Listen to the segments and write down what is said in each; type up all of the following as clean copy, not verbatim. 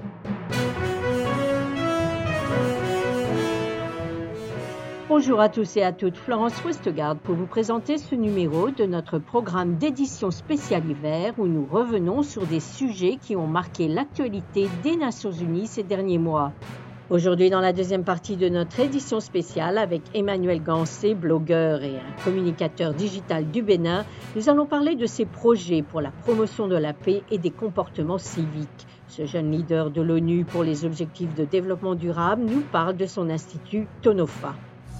Bonjour à tous et à toutes, Florence Westgard pour vous présenter ce numéro de notre programme d'édition spéciale hiver où nous revenons sur des sujets qui ont marqué l'actualité des Nations Unies ces derniers mois. Aujourd'hui, dans la deuxième partie de notre édition spéciale avec Emmanuel Gancé, blogueur et un communicateur digital du Bénin, nous allons parler de ses projets pour la promotion de la paix et des comportements civiques. Ce jeune leader de l'ONU pour les objectifs de développement durable nous parle de son institut Tonofa.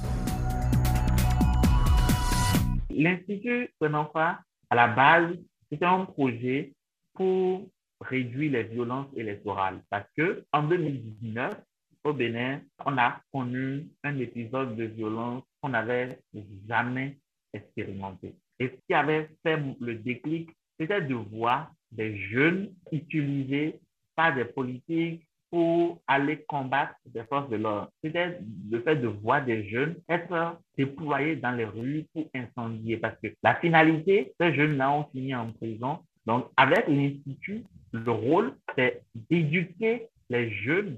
L'Institut Tonofa, à la base, c'était un projet pour réduire les violences électorales parce que en 2019, au Bénin, on a connu un épisode de violence qu'on n'avait jamais expérimenté. Et ce qui avait fait le déclic, c'était de voir des jeunes utilisés par des politiques pour aller combattre des forces de l'ordre. C'était le fait de voir des jeunes être déployés dans les rues pour incendier. Parce que la finalité, ces jeunes-là ont fini en prison. Donc, avec l'Institut, le rôle, c'est d'éduquer les jeunes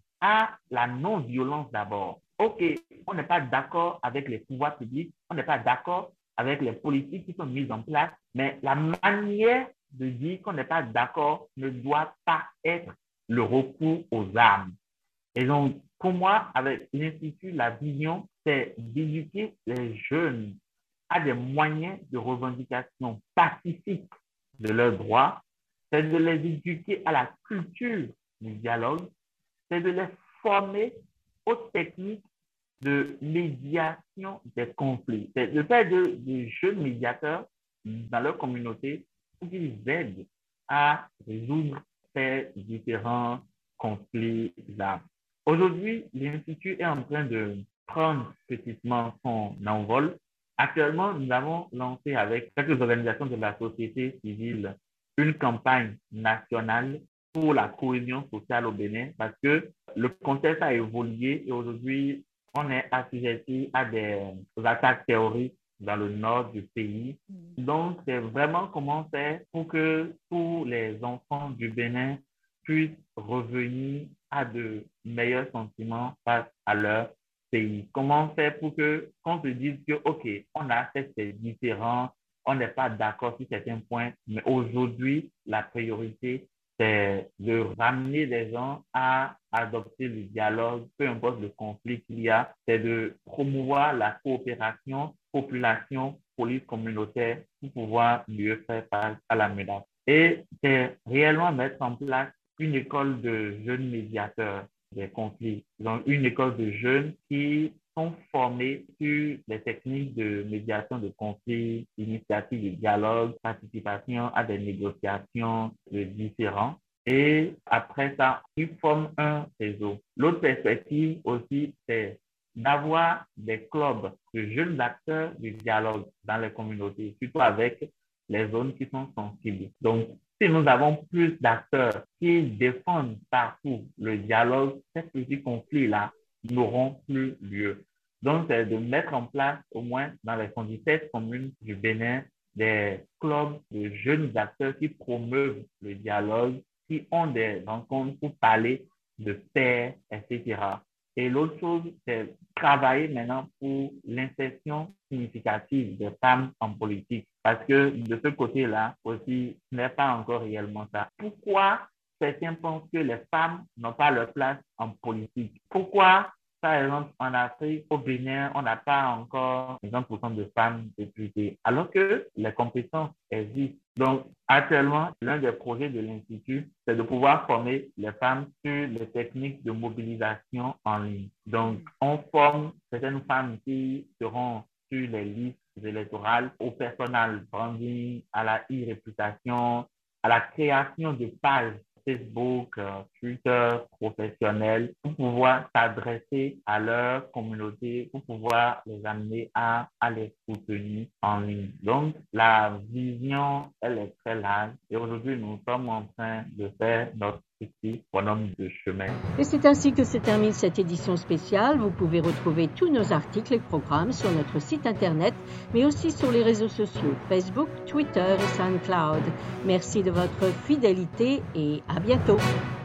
à la non-violence d'abord. OK, on n'est pas d'accord avec les pouvoirs publics, on n'est pas d'accord avec les politiques qui sont mises en place, mais la manière de dire qu'on n'est pas d'accord ne doit pas être le recours aux armes. Et donc, pour moi, avec l'Institut, la vision, c'est d'éduquer les jeunes à des moyens de revendication pacifique de leurs droits, c'est de les éduquer à la culture du dialogue, c'est de les former aux techniques de médiation des conflits. C'est de faire de jeunes médiateurs dans leur communauté pour qu'ils aident à résoudre ces différents conflits-là. Aujourd'hui, l'Institut est en train de prendre petitement son envol. Actuellement, nous avons lancé avec quelques organisations de la société civile une campagne nationale pour la cohésion sociale au Bénin parce que le contexte a évolué et aujourd'hui, on est assujetti à des attaques terroristes dans le nord du pays. Donc, c'est vraiment comment faire pour que tous les enfants du Bénin puissent revenir à de meilleurs sentiments face à leur pays. Comment faire pour qu'on se dise que, OK, on a ces différents, on n'est pas d'accord sur certains points, mais aujourd'hui, la priorité, c'est de ramener les gens à adopter le dialogue, peu importe le conflit qu'il y a, c'est de promouvoir la coopération, population, police communautaire pour pouvoir mieux faire face à la menace. Et c'est réellement mettre en place une école de jeunes médiateurs des conflits, donc une école de jeunes qui sont formés sur les techniques de médiation de conflits, initiative de dialogue, participation à des négociations différentes. Et après ça, ils forment un réseau. L'autre perspective aussi, c'est d'avoir des clubs de jeunes acteurs du dialogue dans les communautés, surtout avec les zones qui sont sensibles. Donc, si nous avons plus d'acteurs qui défendent partout le dialogue, ces petits conflits-là n'auront plus lieu. Donc, c'est de mettre en place, au moins dans les 17 communes du Bénin, des clubs de jeunes acteurs qui promeuvent le dialogue, qui ont des rencontres pour parler de paix, etc. Et l'autre chose, c'est travailler maintenant pour l'insertion significative des femmes en politique. Parce que de ce côté-là aussi, ce n'est pas encore réellement ça. Pourquoi certains pensent que les femmes n'ont pas leur place en politique? Pourquoi, par exemple, en Afrique, au Bénin, on n'a pas encore 50% de femmes députées, alors que les compétences existent. Donc, actuellement, l'un des projets de l'Institut, c'est de pouvoir former les femmes sur les techniques de mobilisation en ligne. Donc, on forme certaines femmes qui seront sur les listes électorales, au personal branding, à la e-réputation, à la création de pages Facebook, Twitter professionnels pour pouvoir s'adresser à leur communauté, pour pouvoir les amener à les soutenir en ligne. Donc, la vision, elle est très large et aujourd'hui, nous sommes en train de faire notre petit bonhomme de chemin. Et c'est ainsi que se termine cette édition spéciale. Vous pouvez retrouver tous nos articles et programmes sur notre site internet, mais aussi sur les réseaux sociaux, Facebook, Twitter et SoundCloud. Merci de votre fidélité et à bientôt.